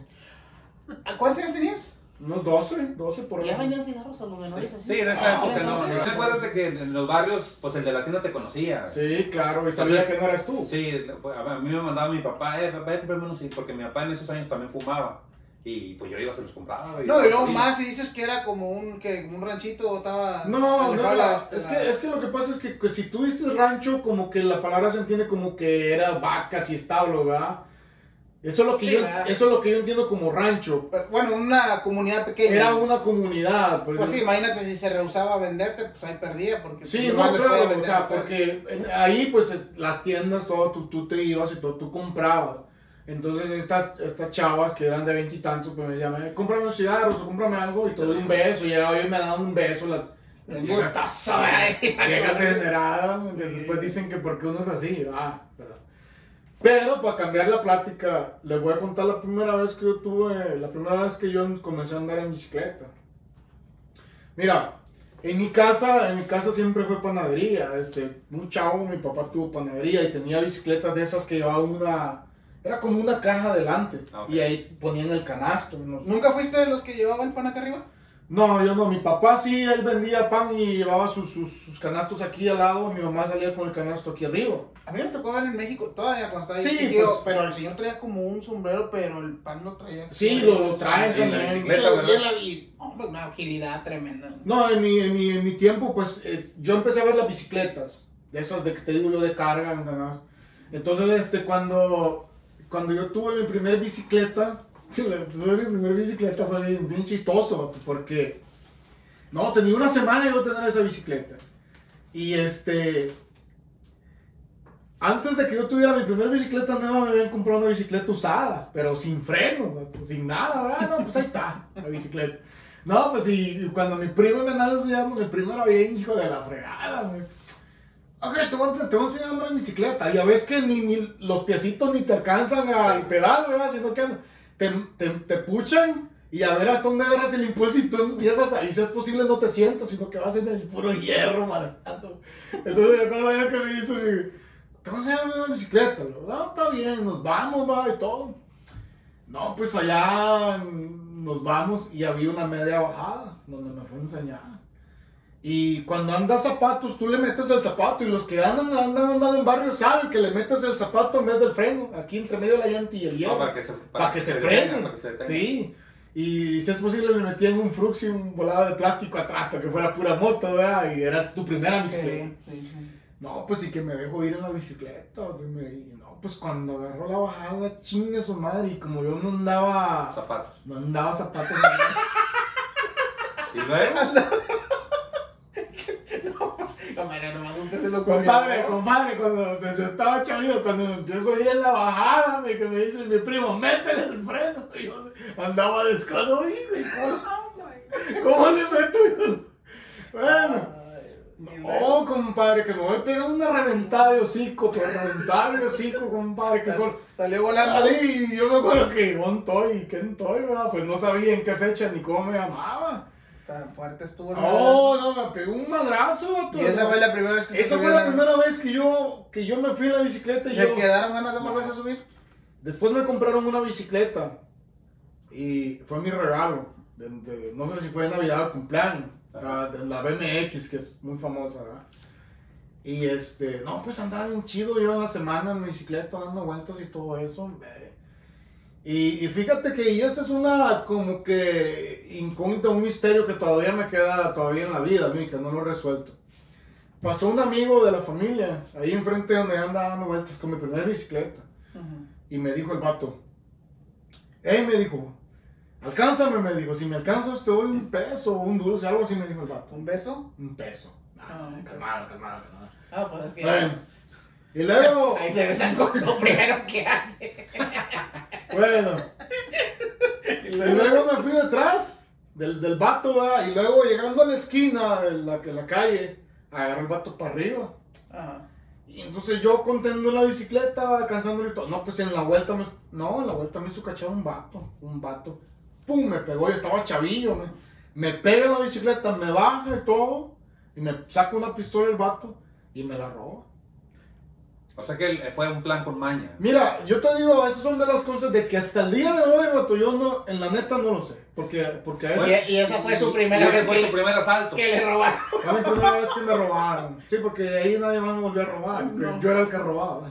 ¿A cuántos años tenías?
Unos doce, doce por
¿Ya
eso.
vendían cigarros a los menores así?
Sí, en esa
Ah,
época no.
entonces-
¿Te acuerdas de que en los barrios, pues el de la tienda te conocía?
Sí, claro, y sabía
Entonces-
que no eres tú.
Sí, pues, a mí me mandaba mi papá, eh, papá, comprarme unos cigarros, porque mi papá en esos años también fumaba. Y pues yo iba, se los compraba.
No, y luego
Sí.
más si dices que era como un, que, como un ranchito, estaba...
No, no,
alejado
la-
las-
es,
la-
que, es que lo que pasa es que, que si tú dices rancho, como que la palabra se entiende como que era vacas y establo, ¿verdad? Eso es lo que,
Sí,
yo,
¿verdad?
eso es lo que yo entiendo como rancho.
Pero, bueno, una comunidad pequeña.
Era una comunidad. Pues,
Pues sí, imagínate si se rehusaba a venderte, pues ahí perdía, porque...
Sí,
pues,
no,
nomás les podía
claro, o
vender
sea,
a usted.
porque en- ahí pues en las tiendas, todo, tú, tú te ibas y todo, tú comprabas. Entonces estas, estas chavas que eran de veintitantos, pues me llaman, cómprame unos cigarros o cómprame algo y te doy un beso. Y ya hoy me dan un beso, las,
Un gustazo, ¿verdad?
viejas degeneradas, después dicen que porque uno es así, ah, pero, pero para cambiar la plática, les voy a contar la primera vez que yo tuve, la primera vez que yo comencé a andar en bicicleta. Mira, en mi casa, en mi casa siempre fue panadería, este, muy chavo, mi papá tuvo panadería y tenía bicicletas de esas que llevaban una, era como una caja adelante,
Ah, ok.
y ahí ponían el canasto, no sé.
¿Nunca fuiste de los que llevaban el pan acá arriba?
No, yo no, mi papá sí, él vendía pan y llevaba sus, sus, sus canastos aquí al lado, mi mamá salía con el canasto aquí arriba.
A mí me tocó ver en México, todavía cuando estaba ahí
Sí,
chiquillo,
pues-
pero el señor traía como un sombrero, pero el pan lo traía. aquí.
Sí, lo, lo traen
En la
también.
bicicleta,
Sí,
¿verdad?
la vi- hombre, una agilidad tremenda.
No, en mi, en mi, en mi tiempo, pues, eh, yo empecé a ver las bicicletas, de esas de que te digo yo de carga, en canasto. Entonces, este, cuando, cuando yo tuve mi primer bicicleta, sí, la- tuve mi primer bicicleta fue bien, bien chistoso, porque, no, tenía una semana yo tener esa bicicleta. Y este, antes de que yo tuviera mi primera bicicleta nueva, me habían comprado una bicicleta usada, pero sin freno, vato, sin nada, ¿verdad? No, pues ahí está, la bicicleta. No, pues y, y cuando mi primo me andaba enseñando, mi primo era bien hijo de la fregada, güey. Ok, te voy, a, te voy a enseñar a andar en bicicleta. Ya ves que ni, ni los piecitos ni te alcanzan al
Sí.
pedal, ¿verdad? Sino que te, te, te puchan y a ver hasta dónde agarras el impulso y tú empiezas ahí, si es posible no te sientas, sino que vas en el puro hierro, manejando. Entonces me acuerdo ya que me dice, me, te voy a enseñar a andar en bicicleta. No, está bien, nos vamos, va, y todo. No, pues allá nos vamos y había una media bajada donde me fue a enseñar. Y cuando andas zapatos, tú le metes el zapato y los que andan, andan, andan en barrio saben que le metes el zapato en vez del freno, aquí entre medio de la llanta y el hierro.
No, para que se,
para que se
detenga,
frene.
para que se detenga.
Sí. Y si es posible le metían un frux y un volado de plástico atrás para que fuera pura moto, ¿verdad? Y eras tu primera bicicleta.
Sí, sí, sí.
No, pues sí que me dejo ir en la bicicleta. Y me- y no, pues cuando agarró la bajada, chingue su madre. Y como yo no andaba,
Zapatos.
no andaba zapatos.
Y luego,
No, mira, nomás usted se lo ocurrió.
Compadre, compadre, cuando pues, yo estaba chavido, cuando empiezo a ir en la bajada, me, que me dice mi primo, métele el freno. Y yo andaba desconocido. y ¿Cómo, ¿Cómo le meto yo? Bueno.
Ay, y luego-
Oh, compadre, que me voy pegando una reventada de hocico, pero reventada de hocico, compadre, que solo...
Salió volando.
Salí y yo me acuerdo que ¿dónde estoy? ¿Qué estoy? ¿Verdad? Pues no sabía en qué fecha ni cómo me llamaba.
Tan fuerte estuvo el
Oh, no, me pegó un madrazo, vato.
Y esa fue la primera vez que
Esa
se
fue
subió
la
a-
primera vez que yo, que yo me fui en la bicicleta y
¿Se
yo...
quedaron ganas de
No.
volverse a subir?
Después me compraron una bicicleta y fue mi regalo. de- de- no sé si fue de Navidad o cumpleaños. La, de la B M X, que es muy famosa, ¿verdad? Y este, no, pues andaba bien chido yo en la semana en bicicleta dando vueltas y todo eso. eh. Y, y fíjate que y esta es una como que incógnita, un misterio que todavía me queda todavía en la vida, a mí, que no lo he resuelto. Pasó un amigo de la familia, ahí enfrente donde andaba dando vueltas con mi primera bicicleta.
Ujú.
Y me dijo el vato, hey, me dijo, alcánzame, me dijo, si me alcanzas te doy un peso o un dulce, algo así me dijo el vato.
¿Un beso?
Un peso.
Ah, un peso.
calmado, calmado, calmado.
Ah, pues es que...
Bueno, y luego,
Ahí se besan con lo primero que hay.
bueno, y luego me fui detrás del, del vato, ¿verdad? Y luego llegando a la esquina de la, de la calle, agarré el vato para arriba.
Ajá.
Y entonces yo contento en la bicicleta, alcanzándolo y todo. No, pues en la vuelta me... No, en la vuelta me hizo cachar un vato. Un vato. Pum, me pegó. Yo estaba chavillo. Me, me pega en la bicicleta, me baja y todo. Y me saca una pistola el vato y me la roba.
o sea que fue un plan con maña.
Mira, yo te digo, esas son de las cosas de que hasta el día de hoy, vato, yo no... En la neta no lo sé. Porque, porque a ese-
Y, y esa fue su
Y
primera
ese
vez
fue
que,
tu primer asalto.
que le robaron.
fue mi primera vez que me robaron. Sí, porque de ahí nadie más me volvió a robar. porque
No.
Yo era el que robaba.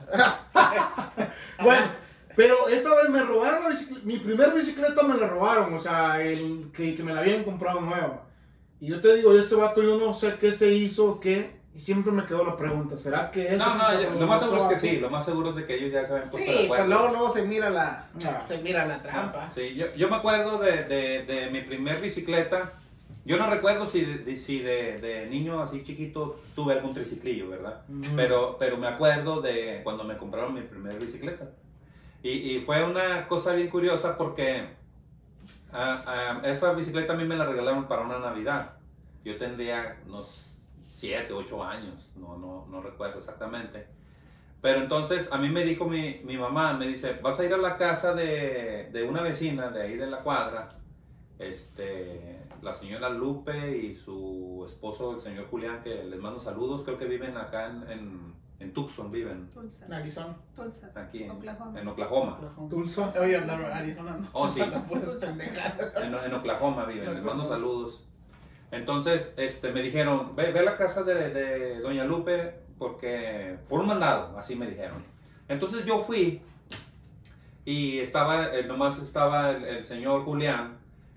Bueno, pero esa vez me robaron la bicicleta. Mi primer bicicleta me la robaron. O sea, el que, que me la habían comprado nueva. Y yo te digo, de ese vato yo no sé qué se hizo, qué. Y siempre me quedó la pregunta, ¿será que él
No,
se
no,
puso
ya-
con
lo más
otro
seguro es que
vato?
sí, lo más seguro es de que ellos ya se habían puesto de
Sí,
acuerdo.
pues luego, luego se mira la,
Ah.
se mira la trampa.
Sí, yo, yo me acuerdo de, de, de mi primer bicicleta. Yo no recuerdo si, de, de- si de, de niño así chiquito tuve algún triciclillo, ¿verdad?
Mm.
Pero, pero me acuerdo de cuando me compraron mi primer bicicleta. Y, y fue una cosa bien curiosa porque ah, ah, esa bicicleta a mí me la regalaron para una Navidad. Yo tendría unos siete, ocho años, no, no, no recuerdo exactamente. Pero entonces a mí me dijo mi, mi mamá, me dice, vas a ir a la casa de, de una vecina de ahí de la cuadra, este, la señora Lupe y su esposo, el señor Julián, que les mando saludos, creo que viven acá en, en, en Tucson, viven,
Tulsa.
En Arizona.
Tulsa.
aquí en
Oklahoma.
en Oklahoma.
Tulsa.
Oye, no, Arizona no.
Oh, sí.
No puedes pendejar.
En, en Oklahoma viven, les mando
Oklahoma.
saludos. Entonces, este, me dijeron, ve, ve a la casa de, de doña Lupe, porque, por un mandado, así me dijeron. Entonces yo fui, y estaba, eh, nomás estaba el, el señor Julián,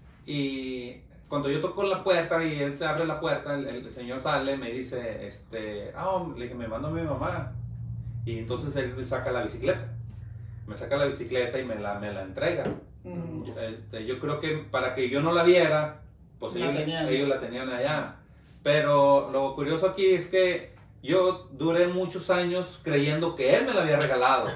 y cuando yo toco la puerta, y él se abre la puerta, el, el señor sale, me dice, este, ah, hombre", le dije, me mandó mi mamá. Y entonces él me saca la bicicleta. Me saca la bicicleta y me la, me la entrega.
Mm.
Yo, este, yo creo que para que yo no la viera, pues
La
ellos,
tenían.
ellos la tenían allá. Pero lo curioso aquí es que yo duré muchos años creyendo que él me la había regalado.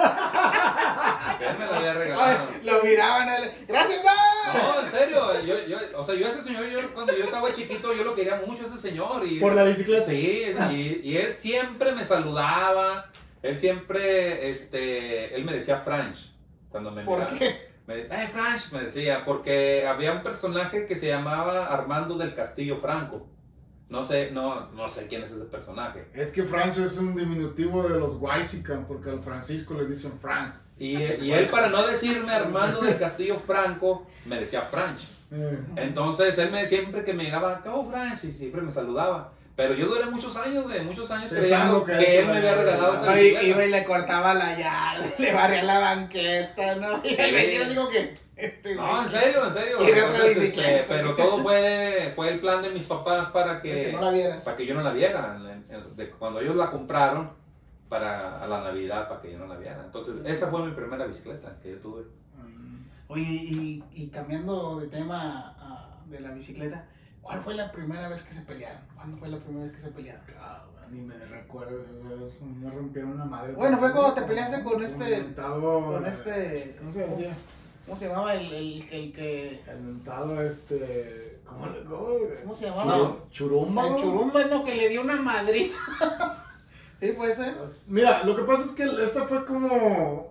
Que él me la había regalado.
Ay, lo miraban, él, gracias, no.
No, en serio, yo, yo, o sea, yo ese señor, yo, cuando yo estaba chiquito, yo lo quería mucho, ese señor. Y,
¿Por la bicicleta?
Sí, y, y él siempre me saludaba, él siempre, este, él me decía Franch, cuando me
¿Por
miraba.
qué?
Me, eh, Franch, me decía, porque había un personaje que se llamaba Armando del Castillo Franco. No sé, no, no sé quién es ese personaje.
Es que Franco es un diminutivo de los Huaysican, porque al Francisco le dicen Frank.
Y, y él, para no decirme Armando del Castillo Franco, me decía Franch.
Eh.
Entonces él me siempre que me miraba, oh Franch, y siempre me saludaba. Pero yo duré muchos años, de muchos años
Pensando
creyendo
que
que,
él
él me había regalado esa
Ay,
bicicleta.
iba y le cortaba la yarda, le barría la banqueta, ¿no? Y el
Sí.
vecino dijo que... Este,
No, en serio, en serio.
Quiere otra
Entonces,
bicicleta.
este, pero todo fue, fue el plan de mis papás para que,
que no la vieras.
para que yo no la viera. En- en- de cuando ellos la compraron para a la Navidad, para que yo no la viera. Entonces, esa fue mi primera bicicleta que yo tuve.
Oye, y, y cambiando de tema ah, de la bicicleta, ¿cuál fue la primera vez que se pelearon? ¿Cuándo fue la primera vez que se pelearon?
Cabrón, ni me recuerdo, o sea, me rompieron la madre.
Bueno, fue cuando te peleaste con este-
mentado,
Con este...
¿Cómo se decía?
¿Cómo se llamaba el, el, el que...
El mentado, este. ¿Cómo le cómo?
¿Cómo se llamaba?
Churu- Churumba.
El
¿no?
churumba, no, que le dio una madriza. ¿Sí fue ese?
Mira, lo que pasa es que esta fue como.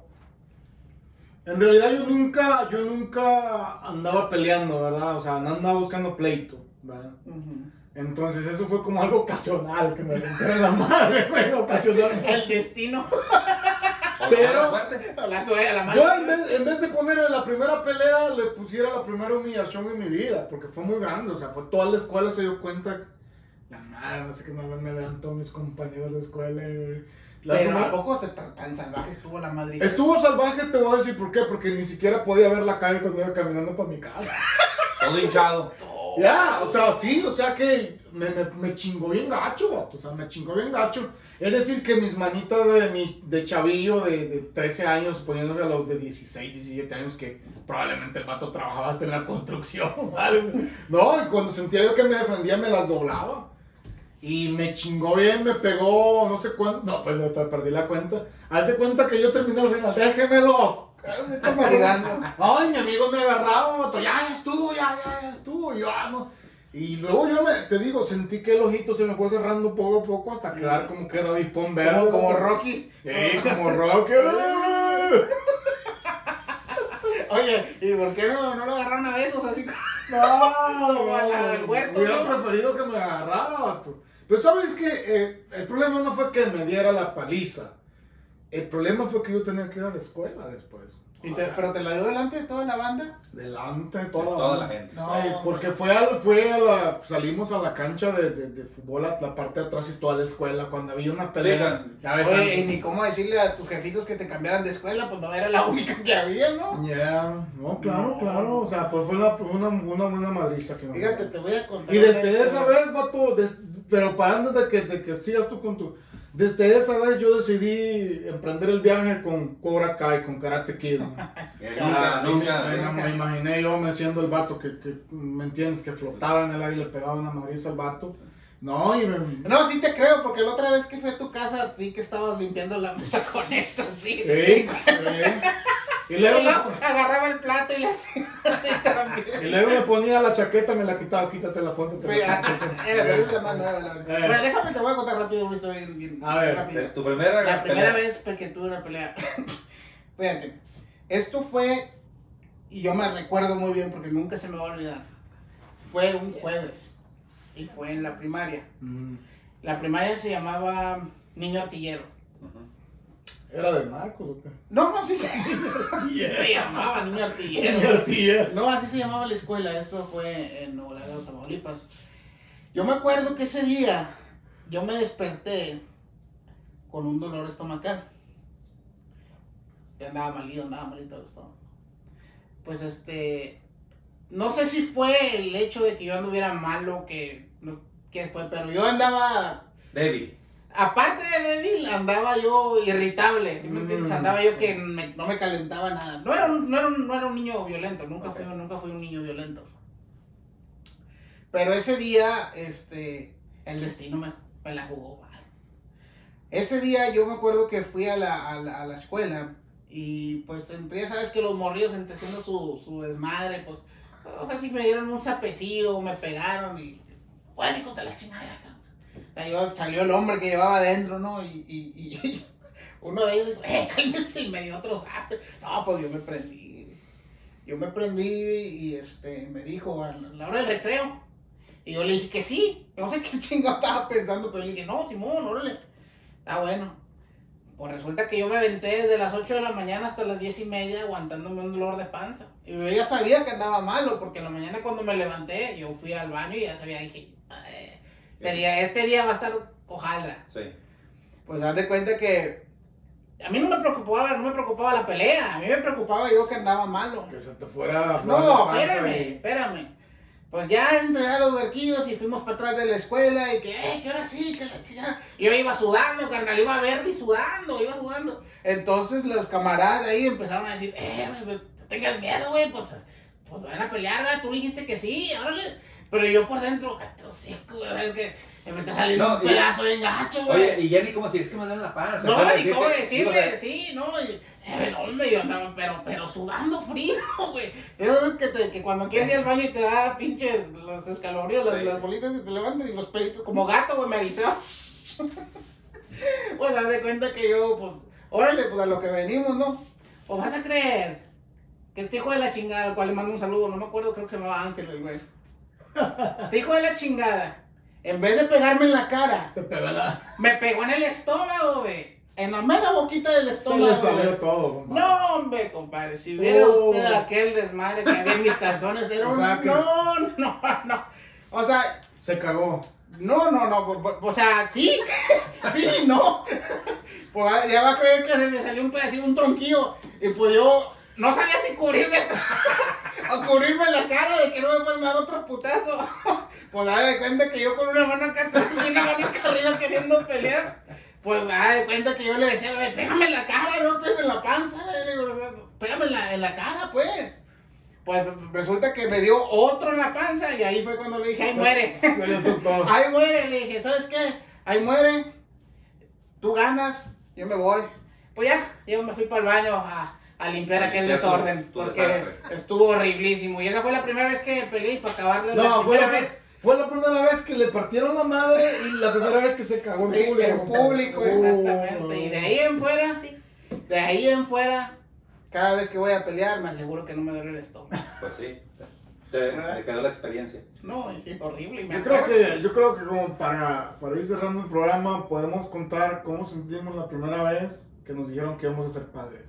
En realidad yo nunca, yo nunca andaba peleando, ¿verdad? O sea, no andaba buscando pleito, ¿verdad?
Ujú.
Entonces eso fue como algo ocasional, que me rompieron la madre, güey, ocasionalmente.
El destino.
O
Pero-
la mala suerte.
La suegra, la madre.
Yo en vez, en vez de ponerle la primera pelea, le pusiera la primera humillación en mi vida, porque fue muy grande, o sea, fue toda la escuela se dio cuenta, la madre, no sé qué me, me vean todos mis compañeros de escuela. y- La
Pero
primera-
¿a poco se- tan, tan salvaje estuvo la madriza?
Estuvo salvaje, te voy a decir por qué, porque ni siquiera podía ver la calle cuando iba caminando para mi casa.
Todo hinchado.
Ya, o sea, sí, o sea que me, me, me chingó bien gacho, vato, o sea, me chingó bien gacho. Es decir, que mis manitas de, mi, de chavillo de, de trece años, poniéndose a los de dieciséis, diecisiete años, que probablemente el vato trabajaba hasta en la construcción, ¿vale? No, y cuando sentía yo que me defendía, me las doblaba. Y me chingó bien, me pegó, no sé cuánto, no, pues no, te perdí la cuenta. Haz de cuenta que yo terminé al final, déjemelo.
Tirando.
Ay, mi amigo me agarraba, vato, ya, ya estuvo, ya, ya, ya estuvo, y yo, ah, no. Y luego yo me, te digo, sentí que el ojito se me fue cerrando poco a poco hasta quedar como que era avispón verde.
Como, como
vato.
Rocky.
Sí, como Rocky.
Oye, ¿y por qué no, no lo agarraron a besos así?
No,
Como a la del huerto,
hubiera
¿no?
preferido que me agarrara, vato. Pero sabes que eh, el problema no fue que me diera la paliza. El problema fue que yo tenía que ir a la escuela después.
Y
O
te-
sea,
¿Pero te la dio delante de toda la banda?
delante de toda,
Toda
la,
la gente.
No.
Ay, porque fue a, fue a la, salimos a la cancha de, de, de fútbol, a la parte de atrás y toda la escuela, cuando había una pelea.
Sí,
ya ves,
Oye, y ni cómo decirle a tus jefitos que te cambiaran de escuela, pues no era la única que había, ¿no?
Ya, no, claro,
No.
claro, o sea, pues fue una, una, una buena madriza que me
Fíjate, te voy a contar.
Y
una
desde esa
historia.
vez, vato, de- pero parando de que, de que sigas tú con tu... Desde esa vez yo decidí emprender el viaje con Cobra Kai, con Karate Kid. ¿no?
Que
Ah,
Nunca,
y me,
nunca.
me- me imaginé yo me siendo el vato que, que, ¿me entiendes? Que flotaba en el aire y le pegaba una madriza al vato. No, y me...
No, sí te creo, porque la otra vez que fui a tu casa vi que estabas limpiando la mesa con esto, así.
Sí, sí. Y
Y
luego,
luego
me,
agarraba el plato y le hacía así
y
también.
luego me ponía la chaqueta, me la quitaba, quítate la ponte.
Sí, ah, era la película más nueva, la verdad.
Eh.
Bueno, déjame, te voy a contar rápido una historia bien, bien
A ver,
rápido.
De tu primera
La primera
pelea.
vez que tuve una pelea. Fíjate, esto fue, y yo me recuerdo muy bien porque nunca se me va a olvidar. Fue un jueves y fue en la primaria.
Mm,
La primaria se llamaba Niño Artillero.
Ujú.
¿Era de Marcos o qué?
No, no, sí se, se llamaba Niño Artillero.
Divertida.
No, así se llamaba la escuela. Esto fue en Nuevo Laredo, Tamaulipas. Yo me acuerdo que ese día yo me desperté con un dolor estomacal. Ya andaba malito, andaba malito el estómago. Pues este, no sé si fue el hecho de que yo anduviera malo, que, no, que fue, pero yo andaba,
Débil.
aparte de débil, andaba yo irritable, ¿sí me entiendes?
Mm,
Andaba yo
sí.
que me- no me calentaba nada. No era un, no era un, no era un niño violento, nunca,
Ok.
fui, nunca fui un niño violento. Pero ese día, este, el destino me, me la jugó mal. Ese día yo me acuerdo que fui a la, a la, a la escuela y pues entre, ya sabes que los morrillos entre haciendo su, su desmadre, pues, o sea, si me dieron un zapecillo, me pegaron y, bueno, hijos de la chingada, cabrón. O sea, yo- salió el hombre que llevaba adentro, ¿no? Y, y, y uno de ellos dijo, eh, cálmese, y me dio otro zape. No, pues yo me prendí. Yo me prendí y este, me dijo, a la hora del recreo. Y yo le dije que sí. No sé qué chingo estaba pensando, pero le dije, no, Simón, órale. Está bueno. Pues resulta que yo me aventé desde las ocho de la mañana hasta las diez y media aguantándome un dolor de panza. Y yo ya sabía que andaba malo, porque en la mañana cuando me levanté, yo fui al baño y ya sabía, dije, "Ay, este día, este día va a estar hojaldra".
Sí.
Pues haz de cuenta que a mí no me preocupaba, no me preocupaba la pelea, a mí me preocupaba yo que andaba malo.
Que se te fuera.
No,
la panza
espérame,
y-
espérame. Pues ya entré a los huerquillos y fuimos para atrás de la escuela y que, eh, que ahora sí, que la chingada. Yo iba sudando, carnal, iba verde y sudando, iba sudando. Entonces los camaradas de ahí empezaron a decir, eh, güey, no tengas miedo, güey, pues, pues van a pelear, güey, tú dijiste que sí, órale. Pero yo por dentro, gato seco, ¿verdad? Es que me está saliendo
No,
un
y-
pedazo bien gacho, güey.
Oye, y Jenny, como si es que me duele la panza.
No,
para
ni cómo
decirte-
decirle,
digo,
sí, no, y, eh, hombre, yo andaba, pero, pero sudando frío, güey. Eso es que, te, que cuando quieres ir al baño y te da pinche los escalofríos, las,
Sí.
las bolitas que te levantan y los pelitos, como gato, güey, me avisó. Pues haz de cuenta que yo, pues, órale, pues a lo que venimos, ¿no? Pues vas a creer que este hijo de la chingada, al cual le mando un saludo, no me acuerdo, creo que se llamaba Ángel, el güey. Este hijo de la chingada, en vez de pegarme en la cara,
Te pegó la.
me pegó en el estómago, güey. En la mera boquita del
Se
estómago.
le salió
güey.
todo, compadre.
No, hombre, compadre. Si viera
Oh.
usted aquel desmadre que había en mis calzones, era
O
un.
sea que-
No, no, no. O sea,
Se cagó.
no, no, no. O, o- o sea, sí. Sí, no. Pues ya va a creer que se me salió un pedacito, un tronquillo. Y pues yo no sabía si cubrirme o cubrirme la cara de que no me fueran a dar otro putazo. Pues da de cuenta que yo con una mano acá atrás y una mano acá arriba queriendo pelear. Pues da de cuenta que yo le decía, güey, pégame en la cara, no pues en la panza, güey. Le digo, pégame en la, en la cara, pues. Pues resulta que me dio otro en la panza y ahí fue cuando le dije, ahí muere.
Se le soltó.
Ahí muere, le dije, ¿sabes qué? Ahí muere, tú ganas, yo me voy. Pues ya, yo me fui para el baño a, a limpiar
A
aquel
limpiar tu-
desorden,
tu
porque
desastre.
estuvo horriblísimo. Y esa fue la primera vez que peleé para acabarle la
No, fue
primera
la,
vez.
fue la primera vez que le partieron la madre y la primera vez que se cagó en
En
público.
en
compadre.
público,
Oh,
exactamente. Y de ahí en fuera, de ahí en fuera, cada vez que voy a pelear me aseguro que no me duele el estómago.
Pues sí. Te, te quedó la experiencia.
No, es horrible. y me
Yo creo
acuerdo.
que, yo creo que como para, para ir cerrando el programa podemos contar cómo sentimos la primera vez que nos dijeron que íbamos a ser padres.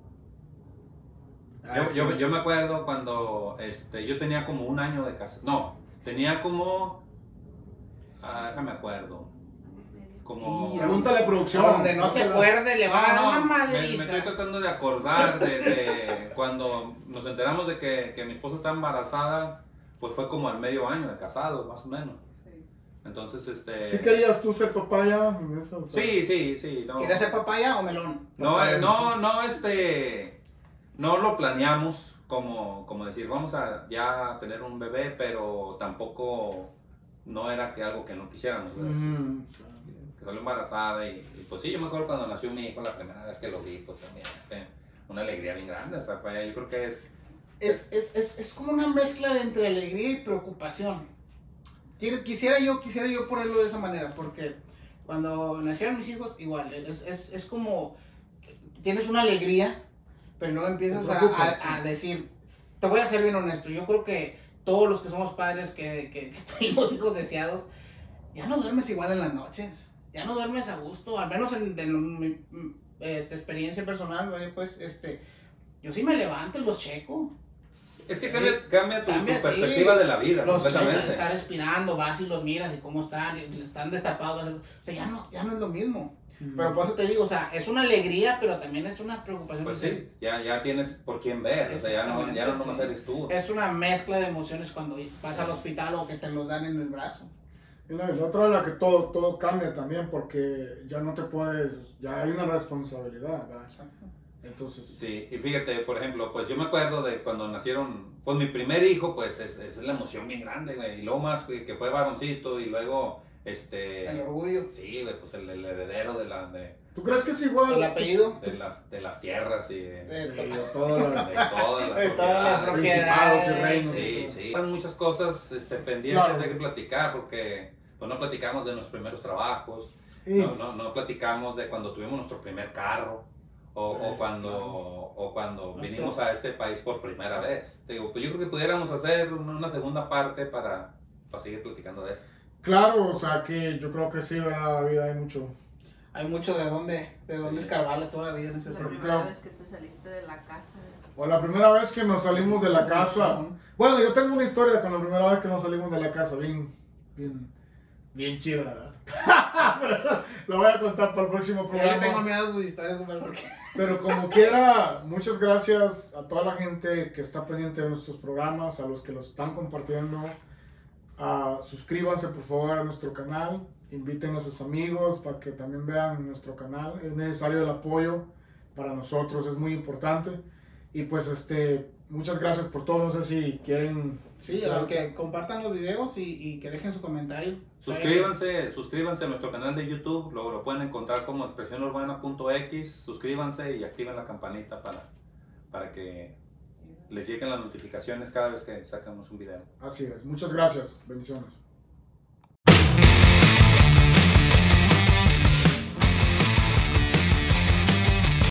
Yo, yo, yo me acuerdo cuando este, yo tenía como un año de casa. No, tenía como. Ah, déjame acuerdo. Como.
Y pregúntale a producción.
Donde no se acuerde, le van a dar
No,
una
no, me, me
madriza.
estoy tratando de acordar de, de cuando nos enteramos de que, que mi esposa está embarazada, pues fue como al medio año de casado, más o menos. Entonces, este...
¿Sí querías tú ser papá ya en eso? O sea,
Sí, sí, sí. No,
¿Quieres ser papaya o melón?
no,
papaya.
eh, no, no, este... No lo planeamos como, como decir, vamos a ya tener un bebé, pero tampoco no era que algo que no quisiéramos. ¿verdad?
Ujú.
Que salió embarazada y, y, pues sí, yo me acuerdo cuando nació mi hijo la primera vez que lo vi, pues también eh, una alegría bien grande, o sea, fue- yo creo que es,
Es, es, es, es como una mezcla de entre alegría y preocupación. Quiero, quisiera yo, quisiera yo ponerlo de esa manera, porque cuando nacieron mis hijos, igual, es, es, es como, tienes una alegría, pero luego empiezas
Te
a,
preocupas,
a, a decir, te voy a ser bien honesto, yo creo que todos los que somos padres, que, que, que tuvimos hijos deseados, ya no duermes igual en las noches, ya no duermes a gusto, al menos en, en mi este, experiencia personal, güey, pues, este, yo sí me levanto y los checo.
es que cambia, cambia tu,
Cambia,
tu
sí.
perspectiva de la vida,
Los chicos
completamente.
están respirando, vas y los miras y cómo están, y están destapados, o sea, ya no, ya no es lo mismo.
Ujú.
Pero por eso te digo, o sea, es una alegría, pero también es una preocupación.
Pues
es,
sí, ya, ya tienes por quién ver, o sea, ya no, ya no nomás eres tú.
es una mezcla de emociones cuando vas al hospital o que te los dan en el brazo.
Y la, y la otra es la que todo, todo cambia también porque ya no te puedes, ya hay una responsabilidad, ¿verdad?
Exacto.
Entonces,
Sí, y fíjate, por ejemplo, pues yo me acuerdo de cuando nacieron, pues mi primer hijo, pues es, es la emoción bien grande, güey, y luego más güey, que fue varoncito y luego, este...
El orgullo.
Sí, güey, pues el, el heredero de, la, de,
¿tú crees que es igual?
El apellido.
de, las, de las tierras y de,
Sí,
De-
de todas las
de todas las
De todas las
propiedades.
principados y reinos.
Sí, sí. Hay muchas cosas este, pendientes
Claro.
de que platicar porque pues no platicamos de nuestros primeros trabajos,
Y,
no, no, no platicamos de cuando tuvimos nuestro primer carro o, o
Eh,
cuando,
claro.
o cuando
Nuestro-
vinimos a este país por primera vez. Te digo, pues yo creo que pudiéramos hacer una una segunda parte para, para seguir platicando de esto.
Claro, o sea que yo creo que sí, ¿verdad, David? Hay mucho.
Hay mucho de dónde, de dónde
Sí.
escarbarle todavía en ese
La
tema.
primera
creo-
vez que te saliste de la casa.
O la primera vez que nos salimos de la casa. Bueno, yo tengo una historia con la primera vez que nos salimos de la casa, bien, bien, bien chida, ¿verdad? Pero eso lo voy a contar para el próximo
Yo le tengo
programa.
miedo a sus historias, compadre, porque
Pero como quiera, muchas gracias a toda la gente que está pendiente de nuestros programas, a los que los están compartiendo. Ah, suscríbanse por favor a nuestro canal, inviten a sus amigos para que también vean nuestro canal. Es necesario el apoyo para nosotros, es muy importante. Y pues este, muchas gracias por todo. No sé si quieren.
sí,
si-
que compartan los videos y, y que dejen su comentario.
Suscríbanse, suscríbanse a nuestro canal de YouTube, lo, lo pueden encontrar como expresión urbana punto x, suscríbanse y activen la campanita para, para que les lleguen las notificaciones cada vez que sacamos un video.
Así es, muchas gracias, bendiciones.